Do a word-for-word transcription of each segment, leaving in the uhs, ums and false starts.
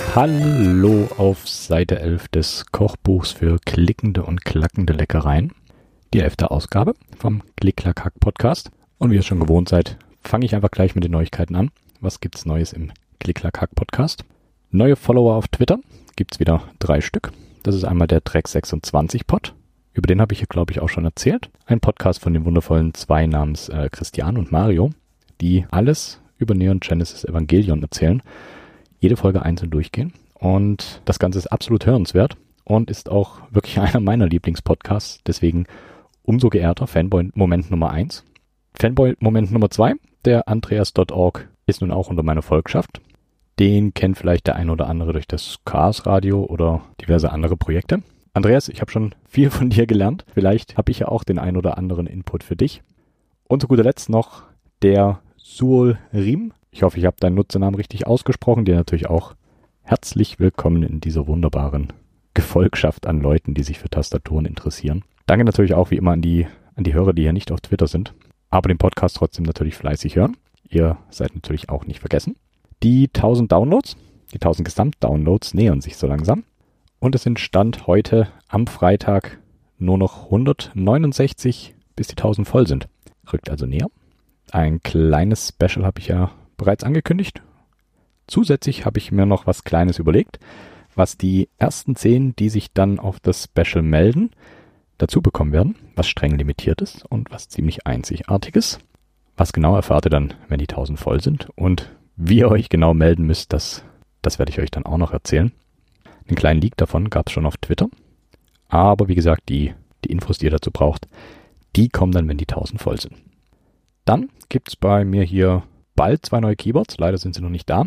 Hallo auf Seite elf des Kochbuchs für klickende und klackende Leckereien. Die elfte Ausgabe vom Klick-Klack-Hack-Podcast. Und wie ihr schon gewohnt seid, fange ich einfach gleich mit den Neuigkeiten an. Was gibt's Neues im Klick-Klack-Hack-Podcast? Neue Follower auf Twitter gibt's wieder drei Stück. Das ist einmal der Dreck sechsundzwanzig Pod. Über den habe ich hier, glaube ich, auch schon erzählt. Ein Podcast von den wundervollen zwei namens äh, Christian und Mario, die alles über Neon Genesis Evangelion erzählen. Jede Folge einzeln durchgehen. Und das Ganze ist absolut hörenswert und ist auch wirklich einer meiner Lieblingspodcasts. Deswegen umso geehrter Fanboy-Moment Nummer eins. Fanboy-Moment Nummer zwei, der Andreas Punkt org, ist nun auch unter meiner Volkschaft. Den kennt vielleicht der ein oder andere durch das Chaos Radio oder diverse andere Projekte. Andreas, ich habe schon viel von dir gelernt. Vielleicht habe ich ja auch den ein oder anderen Input für dich. Und zu guter Letzt noch der Suol Riem. Ich hoffe, ich habe deinen Nutzernamen richtig ausgesprochen. Dir natürlich auch herzlich willkommen in dieser wunderbaren Gefolgschaft an Leuten, die sich für Tastaturen interessieren. Danke natürlich auch wie immer an die, an die Hörer, die ja nicht auf Twitter sind, aber den Podcast trotzdem natürlich fleißig hören. Ihr seid natürlich auch nicht vergessen. Die tausend Downloads, die tausend Gesamt-Downloads nähern sich so langsam. Und es sind Stand heute am Freitag nur noch hundertneunundsechzig, bis die tausend voll sind. Rückt also näher. Ein kleines Special habe ich ja bereits angekündigt. Zusätzlich habe ich mir noch was Kleines überlegt, was die ersten zehn, die sich dann auf das Special melden, dazu bekommen werden, was streng limitiert ist und was ziemlich einzigartiges. Was genau erfahrt ihr dann, wenn die tausend voll sind, und wie ihr euch genau melden müsst, das, das werde ich euch dann auch noch erzählen. Einen kleinen Leak davon gab es schon auf Twitter. Aber wie gesagt, die, die Infos, die ihr dazu braucht, die kommen dann, wenn die tausend voll sind. Dann gibt es bei mir hier bald zwei neue Keyboards. Leider sind sie noch nicht da.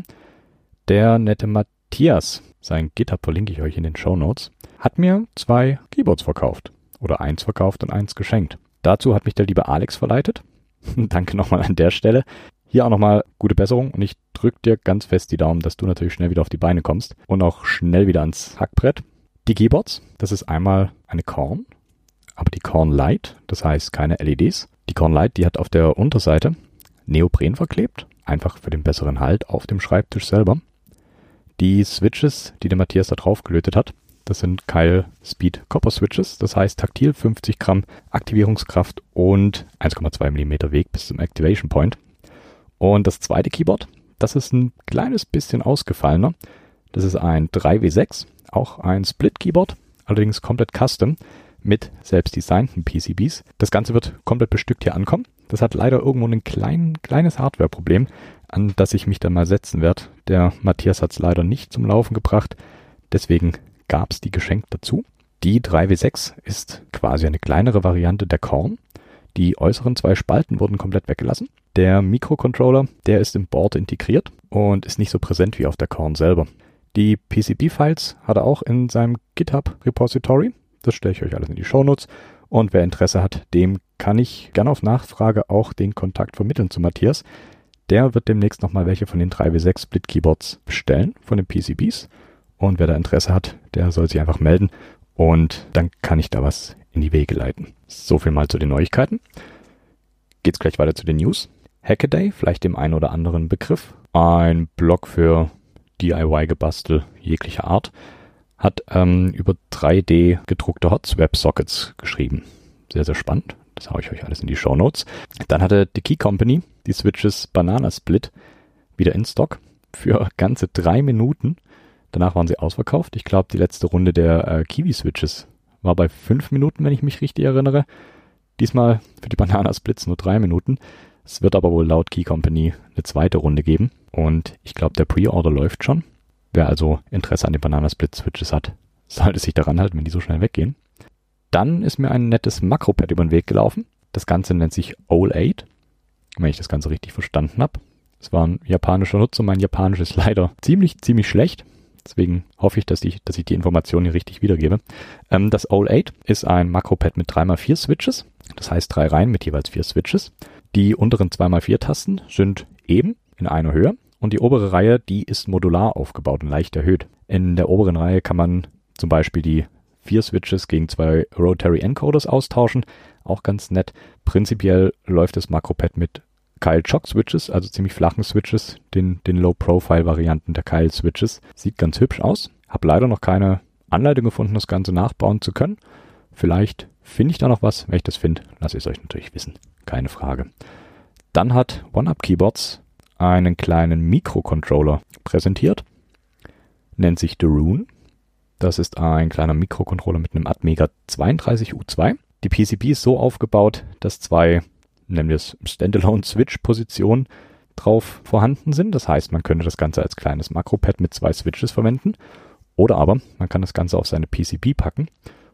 Der nette Matthias, sein GitHub verlinke ich euch in den Shownotes, hat mir zwei Keyboards verkauft. Oder eins verkauft und eins geschenkt. Dazu hat mich der liebe Alex verleitet. Danke nochmal an der Stelle. Hier auch nochmal gute Besserung und ich drücke dir ganz fest die Daumen, dass du natürlich schnell wieder auf die Beine kommst und auch schnell wieder ans Hackbrett. Die Keyboards, das ist einmal eine Korn, aber die Korn Lite, das heißt keine L E Ds. Die Korn Lite, die hat auf der Unterseite Neopren verklebt, einfach für den besseren Halt auf dem Schreibtisch selber. Die Switches, die der Matthias da drauf gelötet hat, das sind Keil Speed Copper Switches, das heißt taktil fünfzig Gramm Aktivierungskraft und eins Komma zwei Millimeter Weg bis zum Activation Point. Und das zweite Keyboard, das ist ein kleines bisschen ausgefallener. Das ist ein drei W sechs, auch ein Split-Keyboard, allerdings komplett custom mit selbst designten P C Bs. Das Ganze wird komplett bestückt hier ankommen. Das hat leider irgendwo ein klein, kleines Hardware-Problem, an das ich mich dann mal setzen werde. Der Matthias hat es leider nicht zum Laufen gebracht, deswegen gab es die geschenkt dazu. Die drei W sechs ist quasi eine kleinere Variante der Korn. Die äußeren zwei Spalten wurden komplett weggelassen. Der Mikrocontroller, der ist im Board integriert und ist nicht so präsent wie auf der Korn selber. Die P C B-Files hat er auch in seinem GitHub-Repository. Das stelle ich euch alles in die Shownotes. Und wer Interesse hat, dem kann ich gerne auf Nachfrage auch den Kontakt vermitteln zu Matthias. Der wird demnächst nochmal welche von den drei W sechs Split-Keyboards bestellen, von den P C Bs. Und wer da Interesse hat, der soll sich einfach melden. Und dann kann ich da was in die Wege leiten. So viel mal zu den Neuigkeiten. Geht's gleich weiter zu den News. Hackaday, vielleicht dem einen oder anderen Begriff. Ein Blog für D I Y-Gebastel jeglicher Art. Hat ähm, über drei D gedruckte Hot-Swap-Sockets geschrieben. Sehr, sehr spannend. Das haue ich euch alles in die Shownotes. Dann hatte The Key Company die Switches Banana Split wieder in Stock für ganze drei Minuten. Danach waren sie ausverkauft. Ich glaube, die letzte Runde der äh, Kiwi-Switches war bei fünf Minuten, wenn ich mich richtig erinnere. Diesmal für die Banana Splits nur drei Minuten. Es wird aber wohl laut Key Company eine zweite Runde geben. Und ich glaube, der Pre-Order läuft schon. Wer also Interesse an den Banana Split Switches hat, sollte sich daran halten, wenn die so schnell weggehen. Dann ist mir ein nettes Makropad über den Weg gelaufen. Das Ganze nennt sich O L acht, wenn ich das Ganze richtig verstanden habe. Es war ein japanischer Nutzer. Mein Japanisch ist leider ziemlich, ziemlich schlecht. Deswegen hoffe ich, dass ich, dass ich die Informationen hier richtig wiedergebe. Ähm, das O L acht ist ein Makropad mit drei mal vier Switches. Das heißt drei Reihen mit jeweils vier Switches. Die unteren zwei mal vier Tasten sind eben in einer Höhe. Und die obere Reihe, die ist modular aufgebaut und leicht erhöht. In der oberen Reihe kann man zum Beispiel die vier Switches gegen zwei Rotary Encoders austauschen. Auch ganz nett. Prinzipiell läuft das Makropad mit Keil Chock Switches, also ziemlich flachen Switches, den, den Low-Profile-Varianten der Keil Switches. Sieht ganz hübsch aus. Hab leider noch keine Anleitung gefunden, das Ganze nachbauen zu können. Vielleicht finde ich da noch was. Wenn ich das finde, lasse ich es euch natürlich wissen. Keine Frage. Dann hat OneUp Keyboards einen kleinen Mikrocontroller präsentiert. Nennt sich The Rune. Das ist ein kleiner Mikrocontroller mit einem Atmega zweiunddreißig U zwei. Die P C B ist so aufgebaut, dass zwei, nennen wir es Standalone-Switch-Positionen drauf vorhanden sind. Das heißt, man könnte das Ganze als kleines Makropad mit zwei Switches verwenden. Oder aber man kann das Ganze auf seine P C B packen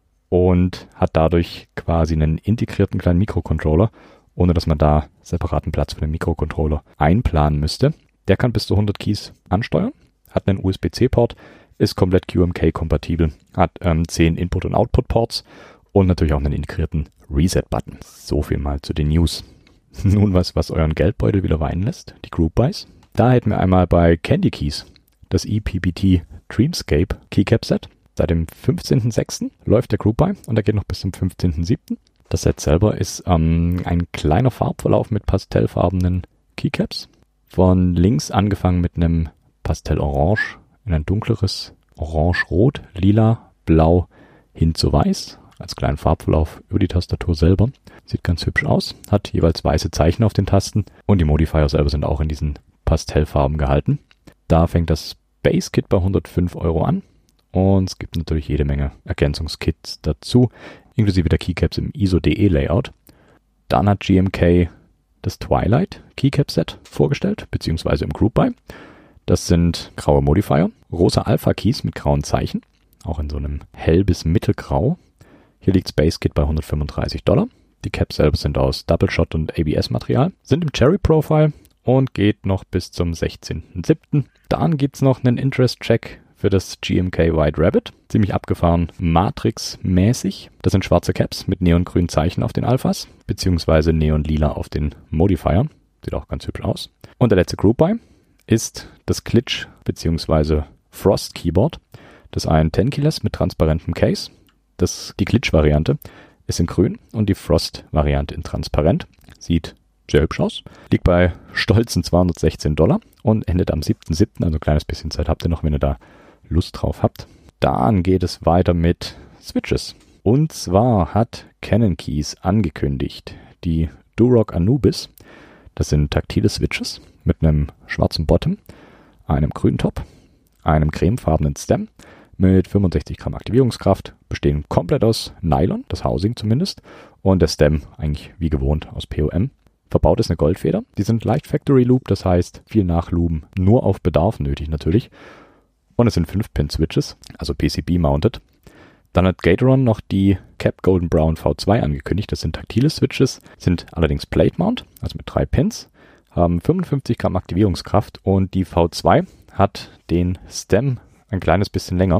und hat dadurch quasi einen integrierten kleinen Mikrocontroller, ohne dass man da separaten Platz für den Mikrocontroller einplanen müsste. Der kann bis zu hundert Keys ansteuern, hat einen U S B C-Port, ist komplett Q M K-kompatibel, hat ähm, zehn Input- und Output-Ports und natürlich auch einen integrierten Reset-Button. So viel mal zu den News. Nun was, was euren Geldbeutel wieder weinen lässt, die Group Buys. Da hätten wir einmal bei Candy Keys das E P B T Dreamscape Keycap Set. Seit dem fünfzehnten sechsten läuft der Group Buy und der geht noch bis zum fünfzehnten siebten Das Set selber ist ähm, ein kleiner Farbverlauf mit pastellfarbenen Keycaps. Von links angefangen mit einem Pastellorange in ein dunkleres Orange-Rot, Lila, Blau hin zu Weiß. Als kleinen Farbverlauf über die Tastatur selber. Sieht ganz hübsch aus. Hat jeweils weiße Zeichen auf den Tasten. Und die Modifier selber sind auch in diesen Pastellfarben gehalten. Da fängt das Base-Kit bei hundertfünf Euro an. Und es gibt natürlich jede Menge Ergänzungskits dazu. Inklusive der Keycaps im I S O-D E-Layout. Dann hat G M K das Twilight Keycap Set vorgestellt. Beziehungsweise im Group Buy. Das sind graue Modifier. Rosa Alpha Keys mit grauen Zeichen. Auch in so einem hell bis mittelgrau. Hier liegt Space Kit bei hundertfünfunddreißig Dollar. Die Caps selber sind aus Double Shot und A B S-Material, sind im Cherry Profile und geht noch bis zum sechzehnten siebten Dann gibt's noch einen Interest-Check für das G M K White Rabbit. Ziemlich abgefahren Matrix-mäßig. Das sind schwarze Caps mit neongrünen Zeichen auf den Alphas, beziehungsweise neonlila auf den Modifiern. Sieht auch ganz hübsch aus. Und der letzte Group Buy ist das Glitch, beziehungsweise Frost Keyboard. Das ist ein zehn Keyless mit transparentem Case. Das, die Glitch-Variante ist in grün und die Frost-Variante in transparent. Sieht sehr hübsch aus. Liegt bei stolzen zweihundertsechzehn Dollar und endet am siebten siebten Also ein kleines bisschen Zeit habt ihr noch, wenn ihr da Lust drauf habt. Dann geht es weiter mit Switches. Und zwar hat Canon Keys angekündigt, die Durock Anubis. Das sind taktile Switches mit einem schwarzen Bottom, einem grünen Top, einem cremefarbenen Stem mit fünfundsechzig Gramm Aktivierungskraft, bestehen komplett aus Nylon, das Housing zumindest, und der Stem eigentlich wie gewohnt aus P O M. Verbaut ist eine Goldfeder. Die sind leicht Factory Loop, das heißt viel Nachluben, nur auf Bedarf nötig natürlich. Und es sind fünf Pin Switches, also P C B-mounted. Dann hat Gateron noch die Cap Golden Brown V zwei angekündigt. Das sind taktile Switches, sind allerdings Plate Mount, also mit drei Pins, haben fünfundfünfzig Gramm Aktivierungskraft und die V zwei hat den Stem ein kleines bisschen länger,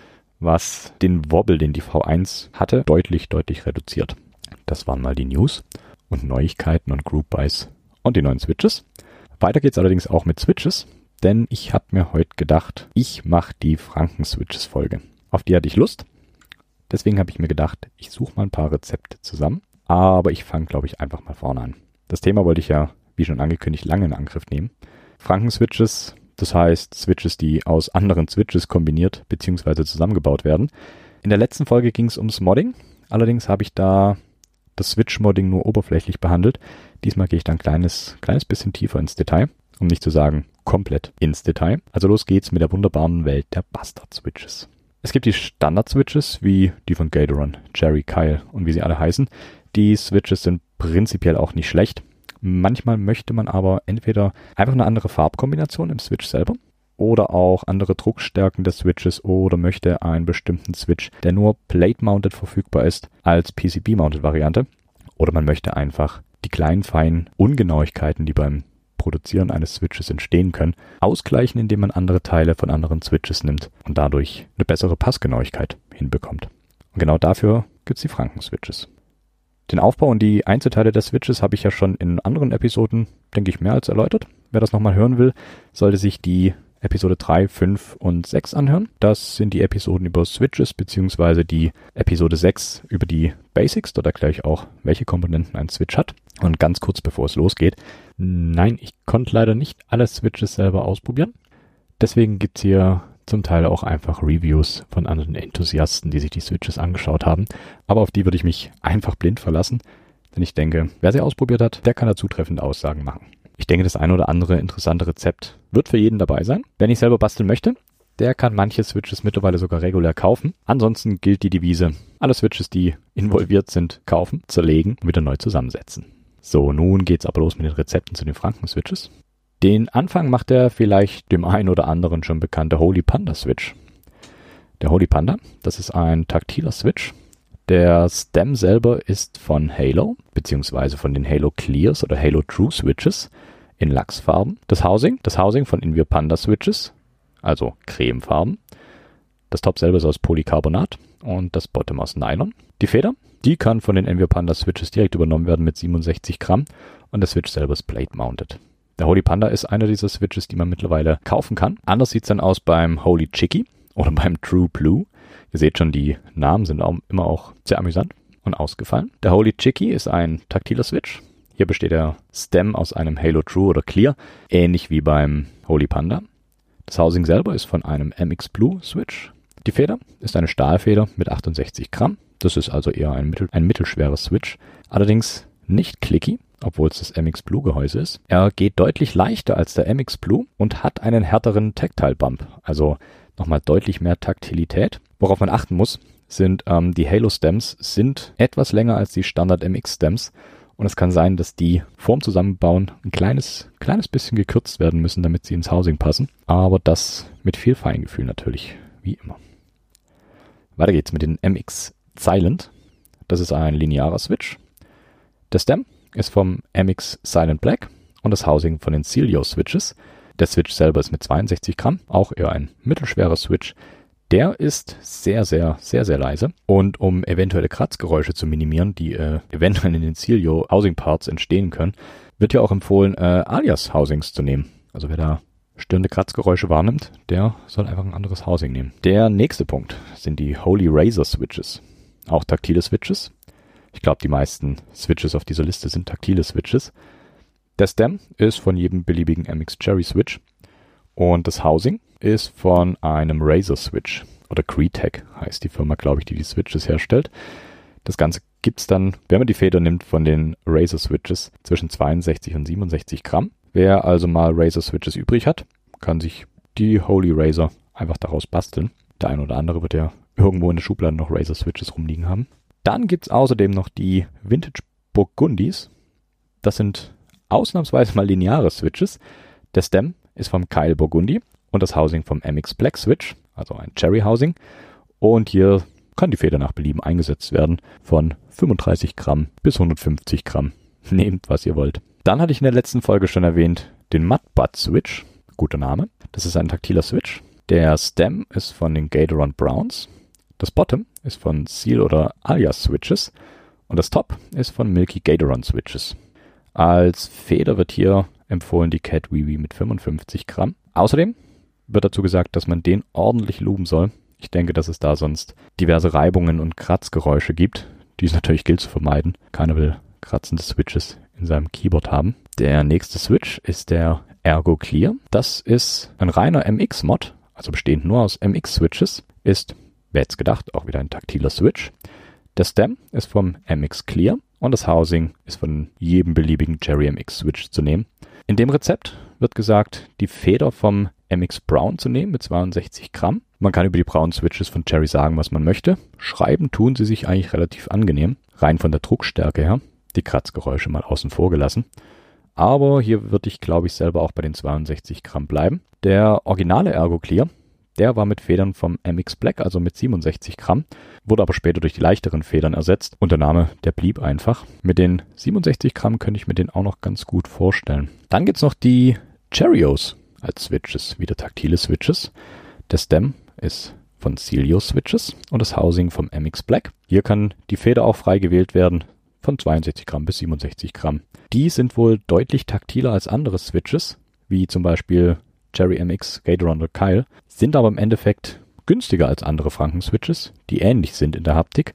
was den Wobble, den die V eins hatte, deutlich, deutlich reduziert. Das waren mal die News und Neuigkeiten und Group Buys und die neuen Switches. Weiter geht's allerdings auch mit Switches, denn ich habe mir heute gedacht, ich mache die Franken-Switches-Folge. Auf die hatte ich Lust, deswegen habe ich mir gedacht, ich suche mal ein paar Rezepte zusammen, aber ich fange, glaube ich, einfach mal vorne an. Das Thema wollte ich ja, wie schon angekündigt, lange in Angriff nehmen. Franken-Switches, das heißt Switches, die aus anderen Switches kombiniert bzw. zusammengebaut werden. In der letzten Folge ging es ums Modding. Allerdings habe ich da das Switch-Modding nur oberflächlich behandelt. Diesmal gehe ich da ein kleines, kleines bisschen tiefer ins Detail, um nicht zu sagen komplett ins Detail. Also los geht's mit der wunderbaren Welt der Bastard-Switches. Es gibt die Standard-Switches, wie die von Gateron, Cherry, Keil und wie sie alle heißen. Die Switches sind prinzipiell auch nicht schlecht. Manchmal möchte man aber entweder einfach eine andere Farbkombination im Switch selber oder auch andere Druckstärken des Switches oder möchte einen bestimmten Switch, der nur Plate-Mounted verfügbar ist, als P C B-Mounted-Variante. Oder man möchte einfach die kleinen, feinen Ungenauigkeiten, die beim Produzieren eines Switches entstehen können, ausgleichen, indem man andere Teile von anderen Switches nimmt und dadurch eine bessere Passgenauigkeit hinbekommt. Und genau dafür gibt es die Franken-Switches. Den Aufbau und die Einzelteile der Switches habe ich ja schon in anderen Episoden, denke ich, mehr als erläutert. Wer das nochmal hören will, sollte sich die Episode drei, fünf und sechs anhören. Das sind die Episoden über Switches, beziehungsweise die Episode sechs über die Basics. Dort erkläre ich auch, welche Komponenten ein Switch hat. Und ganz kurz bevor es losgeht, nein, ich konnte leider nicht alle Switches selber ausprobieren. Deswegen gibt's hier zum Teil auch einfach Reviews von anderen Enthusiasten, die sich die Switches angeschaut haben. Aber auf die würde ich mich einfach blind verlassen, denn ich denke, wer sie ausprobiert hat, der kann da zutreffende Aussagen machen. Ich denke, das ein oder andere interessante Rezept wird für jeden dabei sein. Wer nicht selber basteln möchte, der kann manche Switches mittlerweile sogar regulär kaufen. Ansonsten gilt die Devise, alle Switches, die involviert sind, kaufen, zerlegen und wieder neu zusammensetzen. So, nun geht's aber los mit den Rezepten zu den Franken-Switches. Den Anfang macht der vielleicht dem einen oder anderen schon bekannte Holy Panda Switch. Der Holy Panda, das ist ein taktiler Switch. Der Stem selber ist von Halo, beziehungsweise von den Halo Clears oder Halo True Switches in Lachsfarben. Das Housing, das Housing von Invir Panda Switches, also cremefarben. Das Top selber ist aus Polycarbonat und das Bottom aus Nylon. Die Feder, die kann von den Invir Panda Switches direkt übernommen werden mit siebenundsechzig Gramm und der Switch selber ist plate mounted. Der Holy Panda ist einer dieser Switches, die man mittlerweile kaufen kann. Anders sieht es dann aus beim Holy Chicky oder beim True Blue. Ihr seht schon, die Namen sind auch immer auch sehr amüsant und ausgefallen. Der Holy Chicky ist ein taktiler Switch. Hier besteht der Stem aus einem Halo True oder Clear, ähnlich wie beim Holy Panda. Das Housing selber ist von einem M X Blue Switch. Die Feder ist eine Stahlfeder mit achtundsechzig Gramm. Das ist also eher ein, mittel, ein mittelschwerer Switch. Allerdings nicht clicky, obwohl es das M X Blue Gehäuse ist. Er geht deutlich leichter als der M X Blue und hat einen härteren Tactile Bump, also nochmal deutlich mehr Taktilität. Worauf man achten muss, sind ähm, die Halo Stems sind etwas länger als die Standard M X Stems und es kann sein, dass die vorm Zusammenbauen ein kleines, kleines bisschen gekürzt werden müssen, damit sie ins Housing passen. Aber das mit viel Feingefühl natürlich, wie immer. Weiter geht's mit den M X Silent. Das ist ein linearer Switch. Der Stem ist vom M X Silent Black und das Housing von den Celio Switches. Der Switch selber ist mit zweiundsechzig Gramm, auch eher ein mittelschwerer Switch. Der ist sehr, sehr, sehr, sehr leise. Und um eventuelle Kratzgeräusche zu minimieren, die äh, eventuell in den Celio Housing Parts entstehen können, wird ja auch empfohlen, äh, Alias Housings zu nehmen. Also wer da störende Kratzgeräusche wahrnimmt, der soll einfach ein anderes Housing nehmen. Der nächste Punkt sind die Holy Razor Switches. Auch taktile Switches. Ich glaube, die meisten Switches auf dieser Liste sind taktile Switches. Der Stem ist von jedem beliebigen M X Cherry Switch und das Housing ist von einem Razor Switch oder Creetech heißt die Firma, glaube ich, die die Switches herstellt. Das Ganze gibt es dann, wenn man die Feder nimmt, von den Razor Switches zwischen zweiundsechzig und siebenundsechzig Gramm. Wer also mal Razor Switches übrig hat, kann sich die Holy Razor einfach daraus basteln. Der ein oder andere wird ja irgendwo in der Schublade noch Razor Switches rumliegen haben. Dann gibt es außerdem noch die Vintage Burgundis. Das sind ausnahmsweise mal lineare Switches. Der Stem ist vom Kyle Burgundy und das Housing vom M X Black Switch, also ein Cherry Housing. Und hier kann die Feder nach Belieben eingesetzt werden von fünfunddreißig Gramm bis hundertfünfzig Gramm. Nehmt, was ihr wollt. Dann hatte ich in der letzten Folge schon erwähnt den Mudbutt Switch. Guter Name. Das ist ein taktiler Switch. Der Stem ist von den Gatoron Browns. Das Bottom ist von Seal oder Alias Switches. Und das Top ist von Milky Gatoron Switches. Als Feder wird hier empfohlen die Cat Wiwi mit fünfundfünfzig Gramm. Außerdem wird dazu gesagt, dass man den ordentlich luben soll. Ich denke, dass es da sonst diverse Reibungen und Kratzgeräusche gibt, die es natürlich gilt zu vermeiden. Keiner will kratzende Switches in seinem Keyboard haben. Der nächste Switch ist der Ergo Clear. Das ist ein reiner M X-Mod, also bestehend nur aus M X-Switches. Ist, wer hätte es gedacht, auch wieder ein taktiler Switch. Der Stem ist vom M X Clear und das Housing ist von jedem beliebigen Cherry M X-Switch zu nehmen. In dem Rezept wird gesagt, die Feder vom M X Brown zu nehmen mit zweiundsechzig Gramm. Man kann über die braunen Switches von Cherry sagen, was man möchte. Schreiben tun sie sich eigentlich relativ angenehm, rein von der Druckstärke her. Die Kratzgeräusche mal außen vor gelassen. Aber hier würde ich, glaube ich, selber auch bei den zweiundsechzig Gramm bleiben. Der originale Ergo Clear, der war mit Federn vom M X Black, also mit siebenundsechzig Gramm, wurde aber später durch die leichteren Federn ersetzt und der Name, der blieb einfach. Mit den siebenundsechzig Gramm könnte ich mir den auch noch ganz gut vorstellen. Dann gibt es noch die Cheerios als Switches, wieder taktile Switches. Der Stem ist von Celio Switches und das Housing vom M X Black. Hier kann die Feder auch frei gewählt werden, von zweiundsechzig Gramm bis siebenundsechzig Gramm. Die sind wohl deutlich taktiler als andere Switches, wie zum Beispiel Cherry M X, Gatoron oder Kyle, sind aber im Endeffekt günstiger als andere Franken-Switches, die ähnlich sind in der Haptik,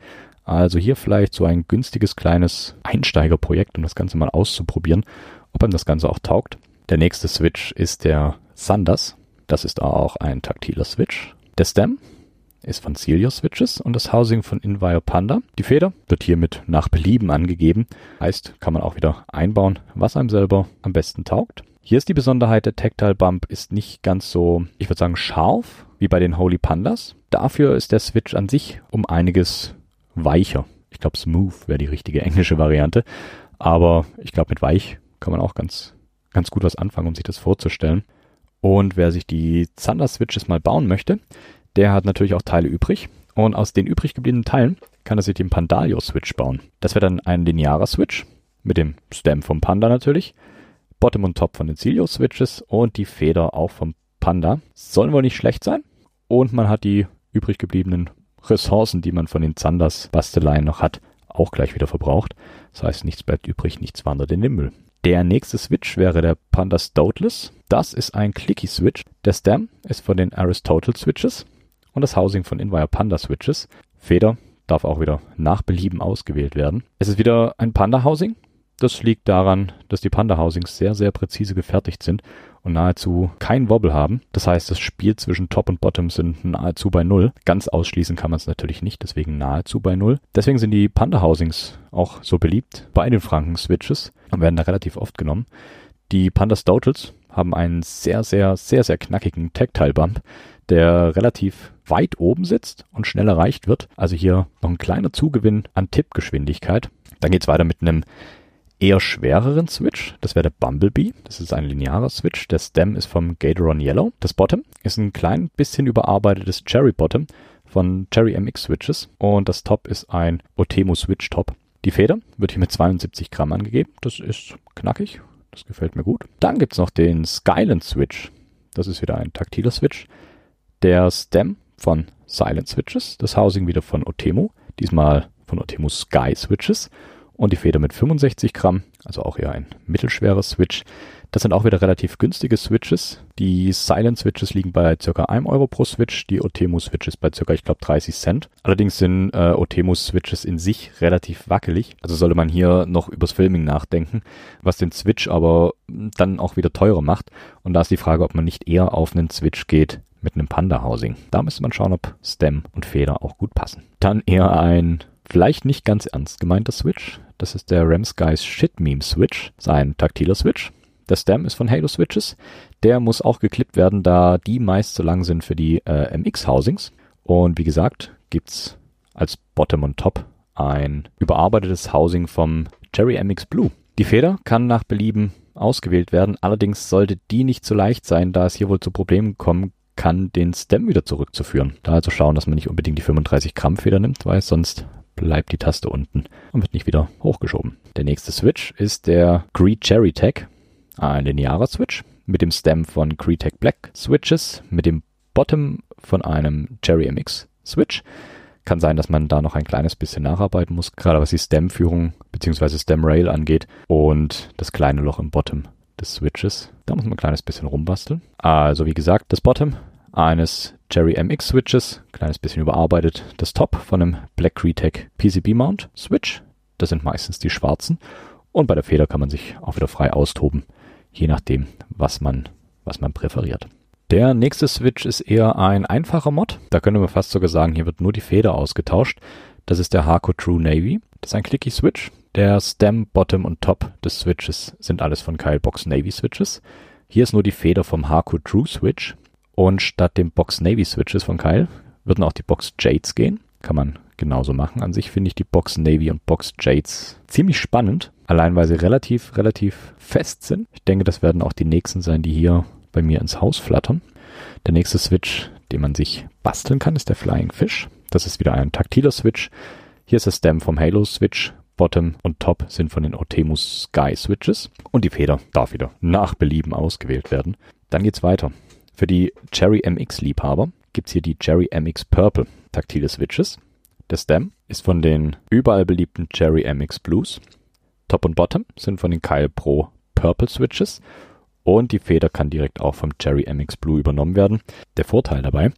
Also hier vielleicht so ein günstiges kleines Einsteigerprojekt, um das Ganze mal auszuprobieren, ob einem das Ganze auch taugt. Der nächste Switch ist der Sanders. Das ist auch ein taktiler Switch. Der Stem ist von Celio Switches und das Housing von Invio Panda. Die Feder wird hiermit nach Belieben angegeben. Heißt, kann man auch wieder einbauen, was einem selber am besten taugt. Hier ist die Besonderheit, der Tactile Bump ist nicht ganz so, ich würde sagen, scharf wie bei den Holy Pandas. Dafür ist der Switch an sich um einiges weicher. Ich glaube, smooth wäre die richtige englische Variante. Aber ich glaube, mit weich kann man auch ganz, ganz gut was anfangen, um sich das vorzustellen. Und wer sich die Zander Switches mal bauen möchte, der hat natürlich auch Teile übrig. Und aus den übrig gebliebenen Teilen kann er sich den Pandalio Switch bauen. Das wäre dann ein linearer Switch mit dem Stem vom Panda natürlich. Bottom und Top von den Celio Switches und die Feder auch vom Panda. Sollen wohl nicht schlecht sein. Und man hat die übrig gebliebenen Ressourcen, die man von den Zanders Basteleien noch hat, auch gleich wieder verbraucht. Das heißt, nichts bleibt übrig, nichts wandert in den Müll. Der nächste Switch wäre der Panda Stoatless. Das ist ein Clicky Switch. Der Stem ist von den Aristotle Switches und das Housing von Invio Panda Switches. Feder darf auch wieder nach Belieben ausgewählt werden. Es ist wieder ein Panda Housing. Das liegt daran, dass die Panda Housings sehr, sehr präzise gefertigt sind und nahezu keinen Wobble haben. Das heißt, das Spiel zwischen Top und Bottom sind nahezu bei Null. Ganz ausschließen kann man es natürlich nicht, deswegen nahezu bei Null. Deswegen sind die Panda Housings auch so beliebt bei den Franken Switches und werden da relativ oft genommen. Die Panda Stoatles haben einen sehr, sehr, sehr, sehr knackigen Tactile Bump, der relativ weit oben sitzt und schnell erreicht wird. Also hier noch ein kleiner Zugewinn an Tippgeschwindigkeit. Dann geht es weiter mit einem eher schwereren Switch. Das wäre der Bumblebee. Das ist ein linearer Switch. Der Stem ist vom Gatoron Yellow. Das Bottom ist ein klein bisschen überarbeitetes Cherry Bottom von Cherry M X Switches. Und das Top ist ein Otemu Switch Top. Die Feder wird hier mit zweiundsiebzig Gramm angegeben. Das ist knackig. Das gefällt mir gut. Dann gibt es noch den Skyland Switch. Das ist wieder ein taktiler Switch. Der Stem von Silent Switches. Das Housing wieder von Otemu. Diesmal von Otemu Sky Switches. Und die Feder mit fünfundsechzig Gramm, also auch eher ein mittelschwerer Switch. Das sind auch wieder relativ günstige Switches. Die Silent Switches liegen bei ca. ein Euro pro Switch, die Otemu Switches bei ca. ich glaube dreißig Cent. Allerdings sind äh, Otemu Switches in sich relativ wackelig. Also sollte man hier noch übers Filming nachdenken, was den Switch aber dann auch wieder teurer macht. Und da ist die Frage, ob man nicht eher auf einen Switch geht mit einem Panda Housing. Da müsste man schauen, ob Stem und Feder auch gut passen. Dann eher ein vielleicht nicht ganz ernst gemeinter Switch. Das ist der Ramsky's Shit Meme Switch. Das ist ein taktiler Switch. Der Stem ist von Halo Switches. Der muss auch geklippt werden, da die meist zu lang sind für die äh, M X Housings. Und wie gesagt, gibt's als Bottom und Top ein überarbeitetes Housing vom Cherry M X Blue. Die Feder kann nach Belieben ausgewählt werden. Allerdings sollte die nicht so leicht sein, da es hier wohl zu Problemen kommen kann, den Stem wieder zurückzuführen. Da also schauen, dass man nicht unbedingt die fünfunddreißig Gramm Feder nimmt, weil sonst bleibt die Taste unten und wird nicht wieder hochgeschoben. Der nächste Switch ist der Cree Cherry Tech, ein linearer Switch mit dem Stem von Cree Tech Black Switches, mit dem Bottom von einem Cherry M X Switch. Kann sein, dass man da noch ein kleines bisschen nacharbeiten muss, gerade was die Stem-Führung bzw. Stem-Rail angeht und das kleine Loch im Bottom des Switches. Da muss man ein kleines bisschen rumbasteln. Also wie gesagt, das Bottom eines Cherry M X Switches, kleines bisschen überarbeitet. Das Top von einem Black Cree Tech P C B Mount Switch, das sind meistens die schwarzen. Und bei der Feder kann man sich auch wieder frei austoben, je nachdem, was man, was man präferiert. Der nächste Switch ist eher ein einfacher Mod. Da könnte man fast sogar sagen, hier wird nur die Feder ausgetauscht. Das ist der Haku True Navy. Das ist ein Clicky Switch. Der Stem, Bottom und Top des Switches sind alles von Kyle Box Navy Switches. Hier ist nur die Feder vom Haku True Switch. Und statt dem Box Navy Switches von Kyle würden auch die Box Jades gehen. Kann man genauso machen. An sich finde ich die Box Navy und Box Jades ziemlich spannend. Allein weil sie relativ, relativ fest sind. Ich denke, das werden auch die nächsten sein, die hier bei mir ins Haus flattern. Der nächste Switch, den man sich basteln kann, ist der Flying Fish. Das ist wieder ein taktiler Switch. Hier ist der Stem vom Halo Switch. Bottom und Top sind von den Otemu Sky Switches. Und die Feder darf wieder nach Belieben ausgewählt werden. Dann geht's weiter. Für die Cherry M X-Liebhaber gibt es hier die Cherry M X Purple taktile Switches. Der Stem ist von den überall beliebten Cherry M X Blues. Top und Bottom sind von den Kyle Pro Purple Switches. Und die Feder kann direkt auch vom Cherry M X Blue übernommen werden. Der Vorteil dabei,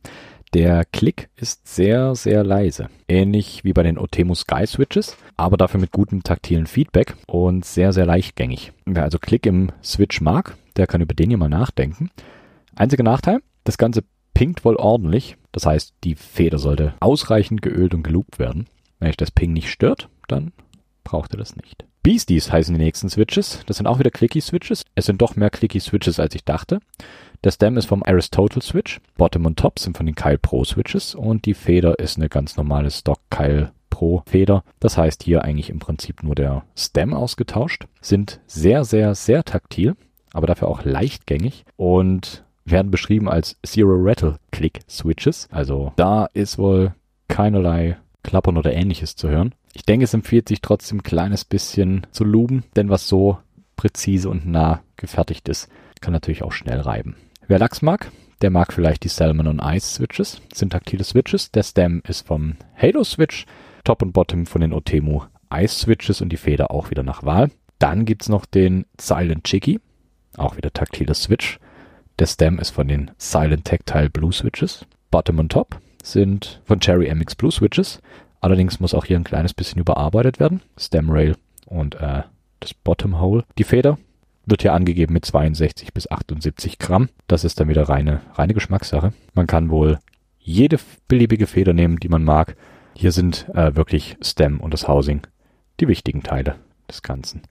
Der Klick ist sehr, sehr leise. Ähnlich wie bei den Otemu Sky Switches, aber dafür mit gutem taktilen Feedback und sehr, sehr leichtgängig. Wer also Klick im Switch mag, der kann über den hier mal nachdenken. Einziger Nachteil, das Ganze pinkt wohl ordentlich. Das heißt, die Feder sollte ausreichend geölt und geloopt werden. Wenn euch das Ping nicht stört, dann braucht ihr das nicht. Beasties heißen die nächsten Switches. Das sind auch wieder Clicky-Switches. Es sind doch mehr Clicky-Switches, als ich dachte. Der Stem ist vom Aristotle Switch. Bottom und Top sind von den Kyle Pro Switches. Und die Feder ist eine ganz normale Stock Kyle Pro Feder. Das heißt, hier eigentlich im Prinzip nur der Stem ausgetauscht. Sind sehr, sehr, sehr taktil, aber dafür auch leichtgängig und werden beschrieben als Zero Rattle Click Switches. Also da ist wohl keinerlei Klappern oder ähnliches zu hören. Ich denke, es empfiehlt sich trotzdem ein kleines bisschen zu luben, denn was so präzise und nah gefertigt ist, kann natürlich auch schnell reiben. Wer Lachs mag, der mag vielleicht die Salmon und Ice Switches. Das sind taktile Switches. Der Stem ist vom Halo Switch, Top und Bottom von den Otemu Ice Switches und die Feder auch wieder nach Wahl. Dann gibt's noch den Silent Chicky, auch wieder taktiler Switch. Der Stem ist von den Silent Tactile Blue Switches. Bottom und Top sind von Cherry M X Blue Switches. Allerdings muss auch hier ein kleines bisschen überarbeitet werden. Stem Rail und äh, das Bottom Hole. Die Feder wird hier angegeben mit zweiundsechzig bis achtundsiebzig Gramm. Das ist dann wieder reine, reine Geschmackssache. Man kann wohl jede beliebige Feder nehmen, die man mag. Hier sind äh, wirklich Stem und das Housing die wichtigen Teile des Ganzen.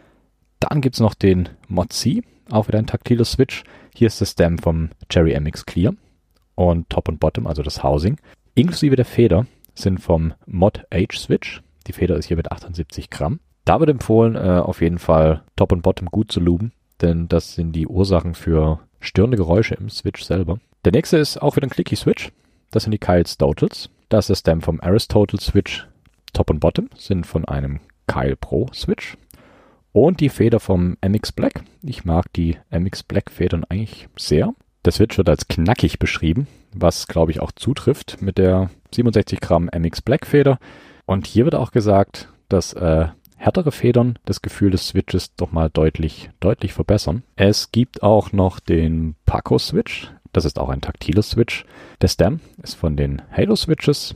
Dann gibt's noch den Mod C, auch wieder ein taktiler Switch. Hier ist das Stem vom Cherry M X Clear und Top und Bottom, also das Housing, inklusive der Feder, sind vom Mod H Switch. Die Feder ist hier mit achtundsiebzig Gramm. Da wird empfohlen, äh, auf jeden Fall Top und Bottom gut zu luben, denn das sind die Ursachen für störende Geräusche im Switch selber. Der nächste ist auch wieder ein Clicky-Switch. Das sind die Kyle Stotels. Das ist der Stem vom Aristotle Switch. Top und Bottom sind von einem Kyle Pro Switch. Und die Feder vom M X Black. Ich mag die M X Black Federn eigentlich sehr. Der Switch wird als knackig beschrieben, was glaube ich auch zutrifft mit der siebenundsechzig Gramm M X Black Feder. Und hier wird auch gesagt, dass äh, härtere Federn das Gefühl des Switches doch mal deutlich, deutlich verbessern. Es gibt auch noch den Paco Switch. Das ist auch ein taktiler Switch. Der Stem ist von den Halo Switches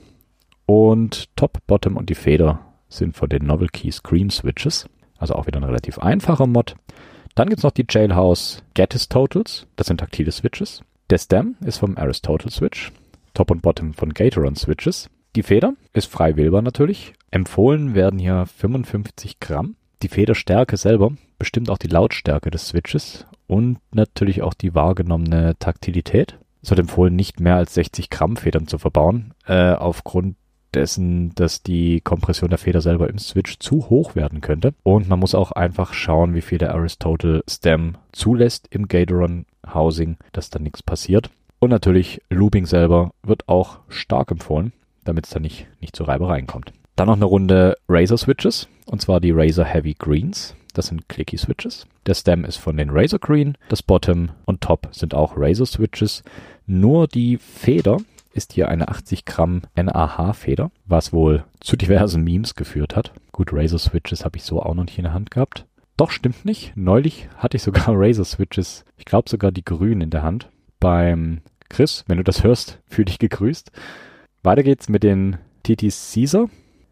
und Top, Bottom und die Feder sind von den Novel Key Scream Switches. Also auch wieder ein relativ einfacher Mod. Dann gibt es noch die Jailhouse Gaddis Totals. Das sind taktile Switches. Der Stem ist vom Aristotle Switch. Top und Bottom von Gatoron Switches. Die Feder ist frei wählbar natürlich. Empfohlen werden hier fünfundfünfzig Gramm. Die Federstärke selber bestimmt auch die Lautstärke des Switches und natürlich auch die wahrgenommene Taktilität. Es wird empfohlen, nicht mehr als sechzig Gramm Federn zu verbauen, äh, aufgrund dessen, dass die Kompression der Feder selber im Switch zu hoch werden könnte. Und man muss auch einfach schauen, wie viel der Aristotle Stem zulässt im Gatoron Housing, dass da nichts passiert. Und natürlich Looping selber wird auch stark empfohlen, damit es da nicht, nicht zu Reibereien kommt. Dann noch eine Runde Razer Switches, und zwar die Razer Heavy Greens. Das sind Clicky Switches. Der Stem ist von den Razer Green. Das Bottom und Top sind auch Razer Switches. Nur die Feder ist hier eine achtzig Gramm N A H-Feder, was wohl zu diversen Memes geführt hat. Gut, Razer Switches habe ich so auch noch nicht in der Hand gehabt. Doch, stimmt nicht. Neulich hatte ich sogar Razer Switches, ich glaube sogar die grünen in der Hand. Beim Chris, wenn du das hörst, fühl dich gegrüßt. Weiter geht's mit den T T Caesar.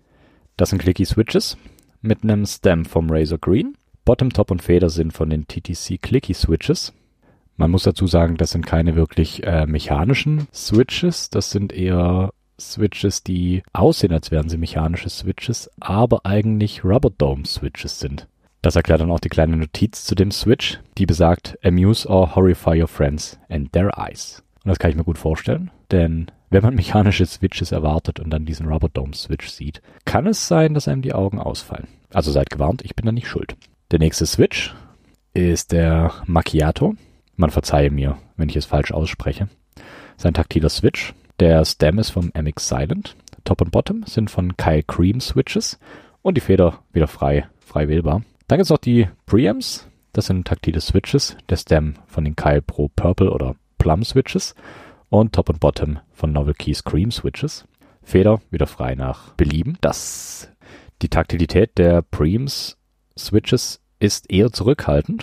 Das sind Clicky Switches mit einem Stem vom Razer Green. Bottom, Top und Feder sind von den T T C Clicky Switches. Man muss dazu sagen, das sind keine wirklich äh, mechanischen Switches. Das sind eher Switches, die aussehen, als wären sie mechanische Switches, aber eigentlich Rubber Dome Switches sind. Das erklärt dann auch die kleine Notiz zu dem Switch, die besagt, amuse or horrify your friends and their eyes. Und das kann ich mir gut vorstellen, denn wenn man mechanische Switches erwartet und dann diesen Rubber Dome Switch sieht, kann es sein, dass einem die Augen ausfallen. Also seid gewarnt, ich bin da nicht schuld. Der nächste Switch ist der Macchiato. Man verzeihe mir, wenn ich es falsch ausspreche. Sein taktiler Switch. Der Stem ist vom M X Silent. Top und Bottom sind von Kyle Cream Switches. Und die Feder wieder frei, frei wählbar. Dann gibt es noch die Preamps. Das sind taktile Switches. Der Stem von den Kyle Pro Purple oder Plum Switches. Und Top und Bottom von Novel Key Scream Switches. Feder wieder frei nach Belieben. Das, die Taktilität der Preamps Switches ist eher zurückhaltend.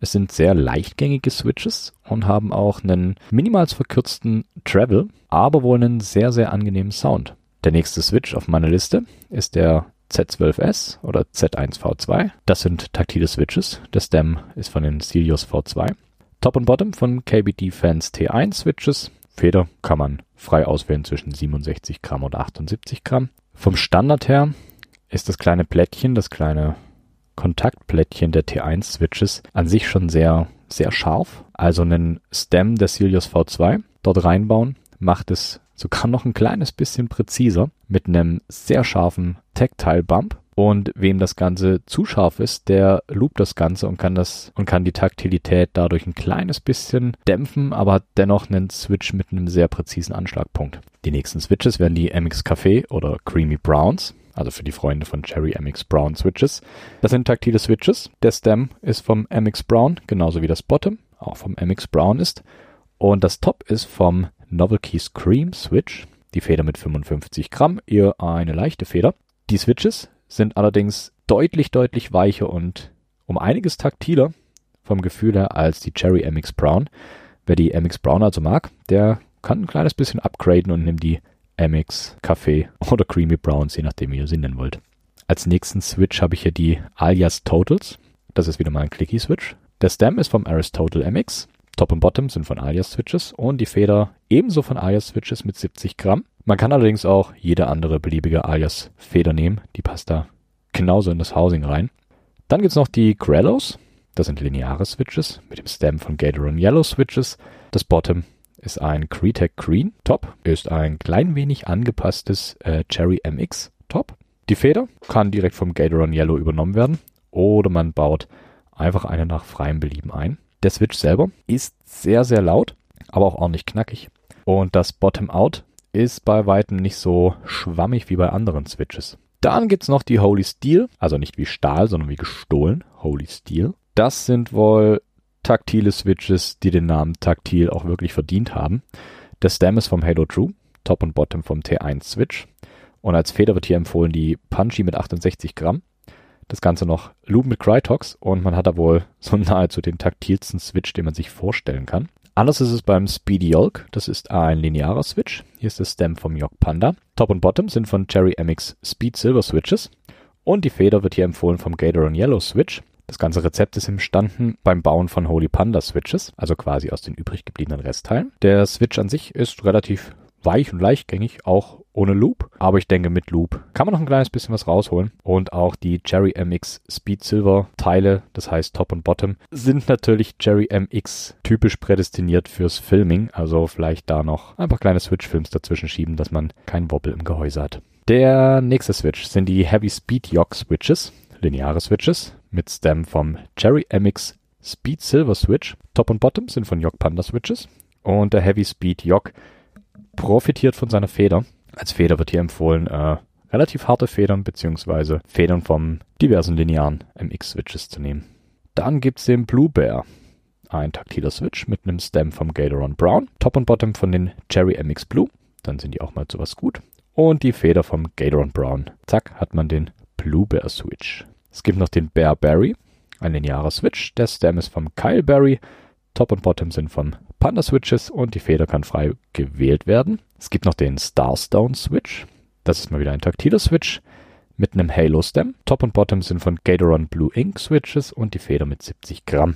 Es sind sehr leichtgängige Switches und haben auch einen minimals verkürzten Travel, aber wohl einen sehr, sehr angenehmen Sound. Der nächste Switch auf meiner Liste ist der Z zwölf S oder Z eins V zwei. Das sind taktile Switches. Der Stem ist von den Cilios V zwei. Top und Bottom von K B D Fans T eins Switches. Feder kann man frei auswählen zwischen siebenundsechzig Gramm oder achtundsiebzig Gramm. Vom Standard her ist das kleine Plättchen, das kleine Kontaktplättchen der T eins Switches an sich schon sehr, sehr scharf. Also einen Stem der Cilios V zwei dort reinbauen, macht es sogar noch ein kleines bisschen präziser mit einem sehr scharfen Tactile Bump. Und wem das Ganze zu scharf ist, der loopt das Ganze und kann das und kann die Taktilität dadurch ein kleines bisschen dämpfen, aber hat dennoch einen Switch mit einem sehr präzisen Anschlagpunkt. Die nächsten Switches werden die M X Café oder Creamy Browns, also für die Freunde von Cherry M X Brown Switches. Das sind taktile Switches. Der Stem ist vom M X Brown, genauso wie das Bottom auch vom M X Brown ist. Und das Top ist vom Novel Keys Cream Switch. Die Feder mit fünfundfünfzig Gramm, eher eine leichte Feder. Die Switches sind allerdings deutlich, deutlich weicher und um einiges taktiler vom Gefühl her als die Cherry M X Brown. Wer die M X Brown also mag, der kann ein kleines bisschen upgraden und nimmt die M X Café oder Creamy Browns, je nachdem wie ihr sie nennen wollt. Als nächsten Switch habe ich hier die Alias Totals. Das ist wieder mal ein Clicky-Switch. Der Stem ist vom Aristotle M X. Top und Bottom sind von Alias Switches und die Feder ebenso von Alias Switches mit siebzig Gramm. Man kann allerdings auch jede andere beliebige Alias Feder nehmen. Die passt da genauso in das Housing rein. Dann gibt es noch die Grellos. Das sind lineare Switches mit dem Stem von Gateron Yellow Switches. Das Bottom ist ein Cretec Green. Top ist ein klein wenig angepasstes äh, Cherry M X Top. Die Feder kann direkt vom Gateron Yellow übernommen werden oder man baut einfach eine nach freiem Belieben ein. Der Switch selber ist sehr, sehr laut, aber auch ordentlich knackig. Und das Bottom-Out ist bei weitem nicht so schwammig wie bei anderen Switches. Dann gibt es noch die Holy Steel, also nicht wie Stahl, sondern wie gestohlen. Holy Steel. Das sind wohl taktile Switches, die den Namen taktil auch wirklich verdient haben. Der Stem ist vom Halo True, Top und Bottom vom T eins Switch. Und als Feder wird hier empfohlen die Punchy mit achtundsechzig Gramm. Das Ganze noch Loop mit Crytox und man hat da wohl so nahezu den taktilsten Switch, den man sich vorstellen kann. Anders ist es beim Speedy Yolk. Das ist ein linearer Switch. Hier ist das Stem vom York Panda. Top und Bottom sind von Cherry M X Speed Silver Switches. Und die Feder wird hier empfohlen vom Gateron Yellow Switch. Das ganze Rezept ist entstanden beim Bauen von Holy Panda Switches, also quasi aus den übrig gebliebenen Restteilen. Der Switch an sich ist relativ weich und leichtgängig, auch ohne Loop. Aber ich denke, mit Loop kann man noch ein kleines bisschen was rausholen. Und auch die Cherry M X Speed Silver Teile, das heißt Top und Bottom, sind natürlich Cherry M X typisch prädestiniert fürs Filming. Also vielleicht da noch ein paar kleine Switch-Films dazwischen schieben, dass man keinen Wobble im Gehäuse hat. Der nächste Switch sind die Heavy Speed York Switches, lineare Switches mit Stem vom Cherry M X Speed Silver Switch. Top und Bottom sind von York Panda Switches. Und der Heavy Speed York profitiert von seiner Feder. Als Feder wird hier empfohlen, äh, relativ harte Federn bzw. Federn vom diversen linearen M X-Switches zu nehmen. Dann gibt es den Blue Bear, ein taktiler Switch mit einem Stem vom Gateron Brown. Top und Bottom von den Cherry M X Blue, dann sind die auch mal sowas gut. Und die Feder vom Gateron Brown. Zack, hat man den Blue Bear Switch. Es gibt noch den Bear Berry, ein linearer Switch. Der Stem ist vom Kyle Berry. Top und Bottom sind vom Panda Switches und die Feder kann frei gewählt werden. Es gibt noch den Starstone Switch. Das ist mal wieder ein taktiler Switch mit einem Halo Stem. Top und Bottom sind von Gateron Blue Ink Switches und die Feder mit siebzig Gramm.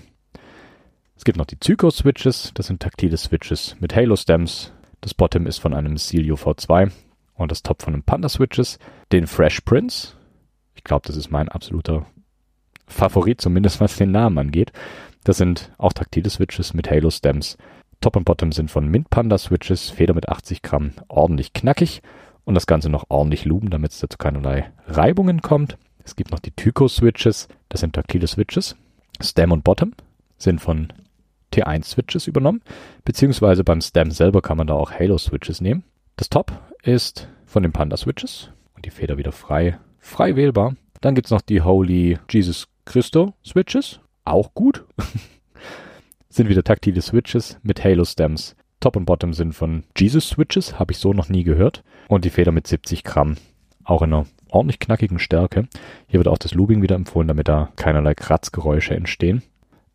Es gibt noch die Zyko Switches. Das sind taktile Switches mit Halo Stems. Das Bottom ist von einem Cilio V zwei und das Top von einem Panda Switches. Den Fresh Prince. Ich glaube, das ist mein absoluter Favorit, zumindest was den Namen angeht. Das sind auch taktile Switches mit Halo Stems. Top und Bottom sind von Mint Panda Switches, Feder mit achtzig Gramm, ordentlich knackig und das Ganze noch ordentlich luben, damit es dazu keinerlei Reibungen kommt. Es gibt noch die Tyco Switches, das sind taktile Switches. Stem und Bottom sind von T eins Switches übernommen, beziehungsweise beim Stem selber kann man da auch Halo Switches nehmen. Das Top ist von den Panda Switches und die Feder wieder frei, frei wählbar. Dann gibt es noch die Holy Jesus Christo Switches. Auch gut. Sind wieder taktile Switches mit Halo Stems. Top und Bottom sind von Jesus Switches, habe ich so noch nie gehört. Und die Feder mit siebzig Gramm, auch in einer ordentlich knackigen Stärke. Hier wird auch das Looping wieder empfohlen, damit da keinerlei Kratzgeräusche entstehen.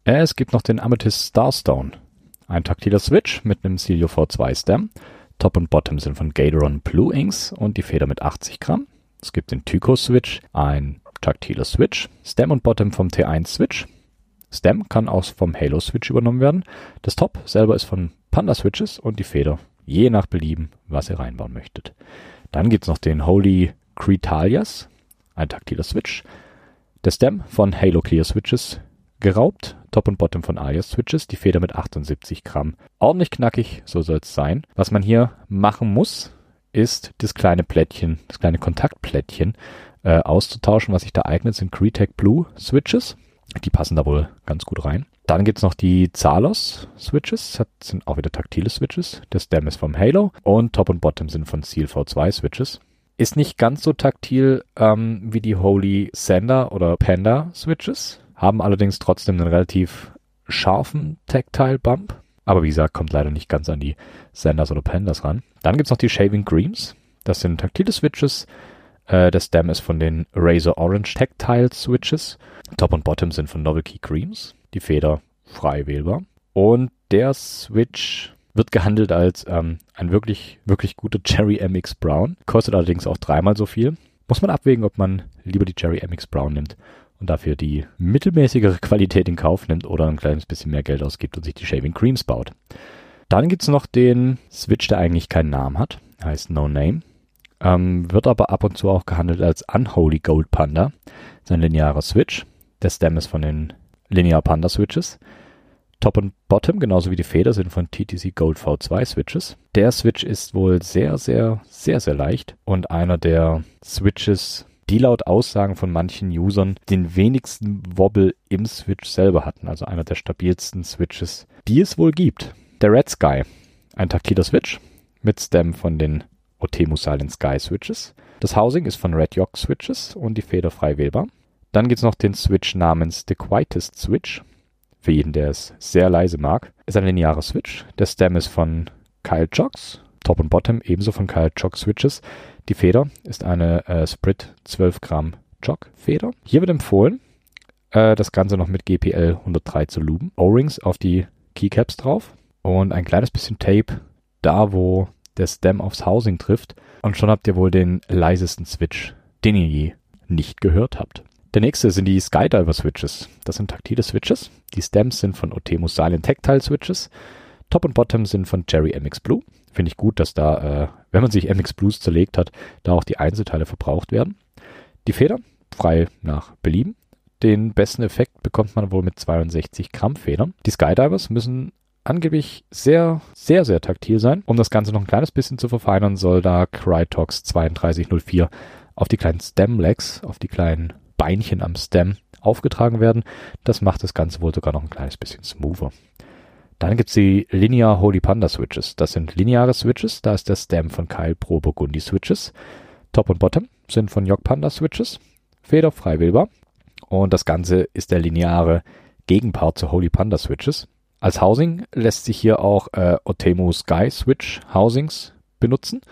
Es gibt noch den Amethyst Starstone. Ein taktiler Switch mit einem Celio V zwei Stem. Top und Bottom sind von Gateron Blue Inks und die Feder mit achtzig Gramm. Es gibt den Tycho Switch, ein taktiler Switch. Stem und Bottom vom T eins Switch. Stem kann auch vom Halo Switch übernommen werden. Das Top selber ist von Panda Switches und die Feder je nach Belieben, was ihr reinbauen möchtet. Dann gibt es noch den Holy Cretalias, ein taktiler Switch. Der Stem von Halo Clear Switches geraubt. Top und Bottom von Alias Switches. Die Feder mit achtundsiebzig Gramm. Ordentlich knackig, so soll es sein. Was man hier machen muss, ist das kleine Plättchen, das kleine Kontaktplättchen äh, auszutauschen. Was sich da eignet, sind Cretec Blue Switches. Die passen da wohl ganz gut rein. Dann gibt es noch die Zalos Switches. Das sind auch wieder taktile Switches. Der Stem ist vom Halo. Und Top und Bottom sind von Seal V zwei Switches. Ist nicht ganz so taktil ähm, wie die Holy Sander oder Panda Switches. Haben allerdings trotzdem einen relativ scharfen Tactile Bump. Aber wie gesagt, kommt leider nicht ganz an die Sanders oder Pandas ran. Dann gibt es noch die Shaving Creams. Das sind taktile Switches. Äh, der Stem ist von den Razor Orange Tactile Switches. Top und Bottom sind von Novelkey Creams. Die Feder frei wählbar. Und der Switch wird gehandelt als ähm, ein wirklich, wirklich guter Cherry M X Brown. Kostet allerdings auch dreimal so viel. Muss man abwägen, ob man lieber die Cherry M X Brown nimmt und dafür die mittelmäßigere Qualität in Kauf nimmt oder ein kleines bisschen mehr Geld ausgibt und sich die Shaving Creams baut. Dann gibt es noch den Switch, der eigentlich keinen Namen hat. Heißt No Name. Ähm, wird aber ab und zu auch gehandelt als Unholy Gold Panda. Das ist ein linearer Switch. Der Stem ist von den Linear Panda Switches. Top und Bottom, genauso wie die Feder, sind von T T C Gold V zwei Switches. Der Switch ist wohl sehr, sehr, sehr, sehr leicht und einer der Switches, die laut Aussagen von manchen Usern den wenigsten Wobble im Switch selber hatten. Also einer der stabilsten Switches, die es wohl gibt. Der Red Sky, ein taktiler Switch mit Stem von den Otemu Silent Sky Switches. Das Housing ist von Red York Switches und die Feder frei wählbar. Dann gibt es noch den Switch namens The Quietest Switch. Für jeden, der es sehr leise mag. Ist ein linearer Switch. Der Stem ist von Kyle Jocks. Top und Bottom ebenso von Kyle Jock Switches. Die Feder ist eine äh, Sprit zwölf Gramm Jock Feder. Hier wird empfohlen, äh, das Ganze noch mit G P L hundertdrei zu looben. O-Rings auf die Keycaps drauf. Und ein kleines bisschen Tape da, wo der Stem aufs Housing trifft. Und schon habt ihr wohl den leisesten Switch, den ihr je nicht gehört habt. Der nächste sind die Skydiver Switches. Das sind taktile Switches. Die Stems sind von Otemu Silent Tactile Switches. Top und Bottom sind von Cherry M X Blue. Finde ich gut, dass da, äh, wenn man sich M X Blues zerlegt hat, da auch die Einzelteile verbraucht werden. Die Feder, frei nach Belieben. Den besten Effekt bekommt man wohl mit zweiundsechzig Gramm Federn. Die Skydivers müssen angeblich sehr, sehr, sehr taktil sein. Um das Ganze noch ein kleines bisschen zu verfeinern, soll da Crytox zweiunddreißig null vier auf die kleinen Stem-Legs, auf die kleinen Beinchen am Stem aufgetragen werden. Das macht das Ganze wohl sogar noch ein kleines bisschen smoother. Dann gibt es die Linear Holy Panda Switches. Das sind lineare Switches. Da ist der Stem von Kyle Pro Burgundy Switches. Top und Bottom sind von York Panda Switches. Feder frei wählbar. Und das Ganze ist der lineare Gegenpart zu Holy Panda Switches. Als Housing lässt sich hier auch äh, Otemu Sky Switch Housings benutzen,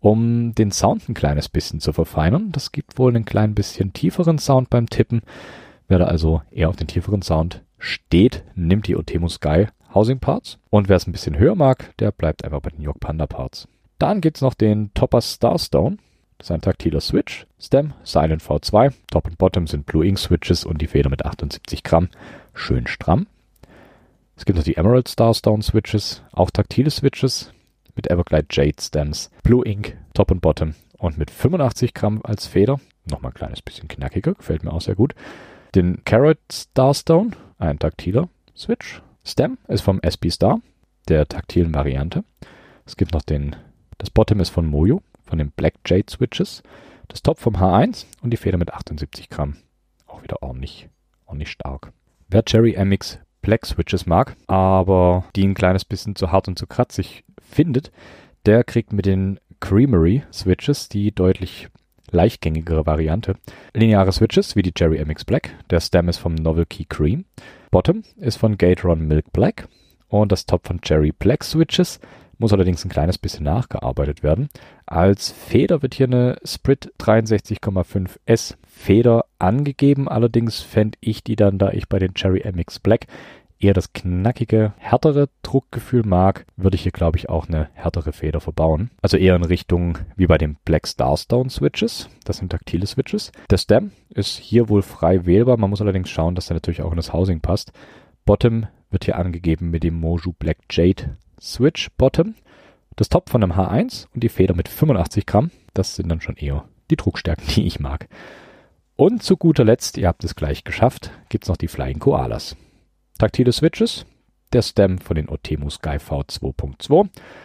um den Sound ein kleines bisschen zu verfeinern. Das gibt wohl einen klein bisschen tieferen Sound beim Tippen. Wer da also eher auf den tieferen Sound steht, nimmt die Otemu Sky Housing Parts. Und wer es ein bisschen höher mag, der bleibt einfach bei den York Panda Parts. Dann gibt es noch den Topper Starstone. Das ist ein taktiler Switch. Stem, Silent V zwei. Top und Bottom sind Blue Ink Switches und die Feder mit achtundsiebzig Gramm. Schön stramm. Es gibt noch die Emerald Starstone Switches. Auch taktile Switches mit Everglide Jade Stems. Blue Ink, Top und Bottom. Und mit fünfundachtzig Gramm als Feder. Nochmal ein kleines bisschen knackiger. Gefällt mir auch sehr gut. Den Carrot Starstone. Ein taktiler Switch. Stem ist vom S P Star, der taktilen Variante. Es gibt noch den, das Bottom ist von Mojo, von den Black Jade Switches. Das Top vom H eins und die Feder mit achtundsiebzig Gramm. Auch wieder ordentlich, ordentlich stark. Wer Cherry M X Black Switches mag, aber die ein kleines bisschen zu hart und zu kratzig findet, der kriegt mit den Creamery Switches die deutlich leichtgängigere Variante. Lineare Switches wie die Cherry M X Black. Der Stem ist vom Novelkey Cream. Bottom ist von Gateron Milk Black und das Top von Cherry Black Switches muss allerdings ein kleines bisschen nachgearbeitet werden. Als Feder wird hier eine Sprit dreiundsechzig Komma fünf S Feder angegeben, allerdings fände ich die dann, da ich bei den Cherry M X Black eher das knackige, härtere Druckgefühl mag, würde ich hier, glaube ich, auch eine härtere Feder verbauen. Also eher in Richtung wie bei den Black Starstone Switches. Das sind taktile Switches. Der Stem ist hier wohl frei wählbar. Man muss allerdings schauen, dass der natürlich auch in das Housing passt. Bottom wird hier angegeben mit dem Moju Black Jade Switch Bottom. Das Top von einem H eins und die Feder mit fünfundachtzig Gramm. Das sind dann schon eher die Druckstärken, die ich mag. Und zu guter Letzt, ihr habt es gleich geschafft, gibt es noch die Flying Koalas. Taktile Switches, der Stem von den Otemu Sky V zwei Punkt zwei,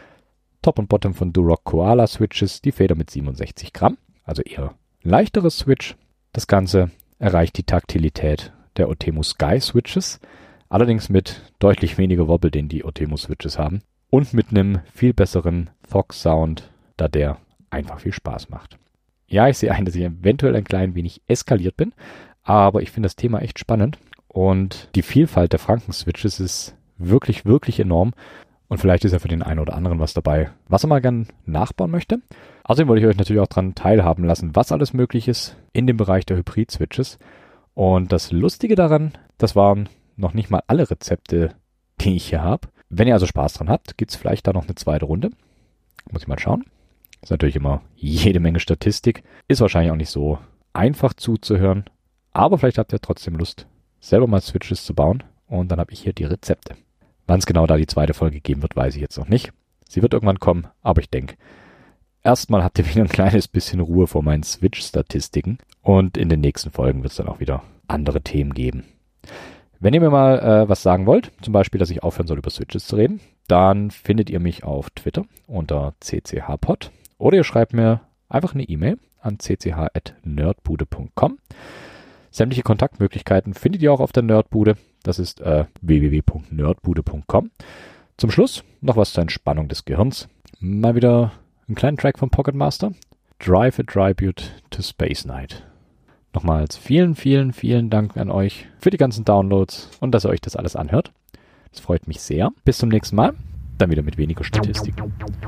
Top und Bottom von Durock Koala Switches, die Feder mit siebenundsechzig Gramm, also eher leichteres Switch. Das Ganze erreicht die Taktilität der Otemu Sky Switches, allerdings mit deutlich weniger Wobble, den die Otemu Switches haben und mit einem viel besseren Thog Sound, da der einfach viel Spaß macht. Ja, ich sehe ein, dass ich eventuell ein klein wenig eskaliert bin, aber ich finde das Thema echt spannend und die Vielfalt der Franken-Switches ist wirklich, wirklich enorm und vielleicht ist ja für den einen oder anderen was dabei, was er mal gern nachbauen möchte. Außerdem wollte ich euch natürlich auch daran teilhaben lassen, was alles möglich ist in dem Bereich der Hybrid-Switches und das Lustige daran, das waren noch nicht mal alle Rezepte, die ich hier habe. Wenn ihr also Spaß dran habt, gibt es vielleicht da noch eine zweite Runde. Muss ich mal schauen. Ist natürlich immer jede Menge Statistik. Ist wahrscheinlich auch nicht so einfach zuzuhören. Aber vielleicht habt ihr trotzdem Lust, selber mal Switches zu bauen. Und dann habe ich hier die Rezepte. Wann es genau da die zweite Folge geben wird, weiß ich jetzt noch nicht. Sie wird irgendwann kommen, aber ich denke, erstmal habt ihr wieder ein kleines bisschen Ruhe vor meinen Switch-Statistiken. Und in den nächsten Folgen wird es dann auch wieder andere Themen geben. Wenn ihr mir mal äh, was sagen wollt, zum Beispiel, dass ich aufhören soll, über Switches zu reden, dann findet ihr mich auf Twitter unter c c h pod. Oder ihr schreibt mir einfach eine E-Mail an c c h at nerdbude punkt com. Sämtliche Kontaktmöglichkeiten findet ihr auch auf der Nerdbude. Das ist äh, w w w punkt nerdbude punkt com. Zum Schluss noch was zur Entspannung des Gehirns. Mal wieder einen kleinen Track vom Pocket Master. Drive a Tribute to Space Knight. Nochmals vielen, vielen, vielen Dank an euch für die ganzen Downloads und dass ihr euch das alles anhört. Das freut mich sehr. Bis zum nächsten Mal. Dann wieder mit weniger Statistik.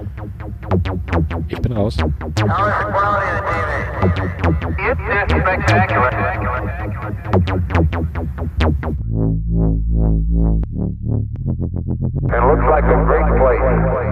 Ich bin raus. It looks like a great place.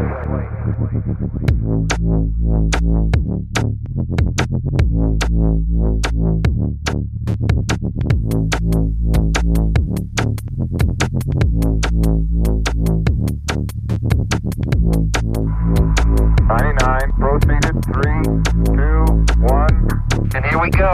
ninety-nine, proceeded, three, two, one, and here we go.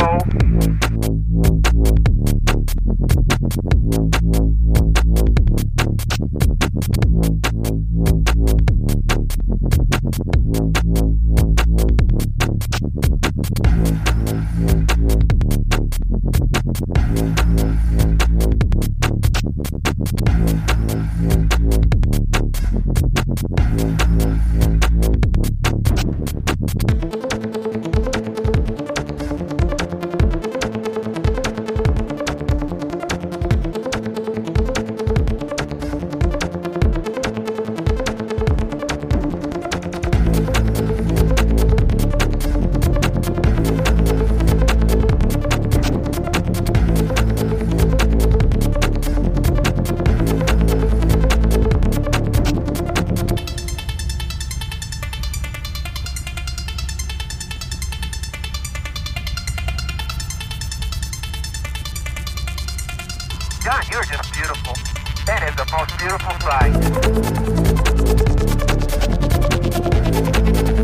God, you're just beautiful. That is the most beautiful sight.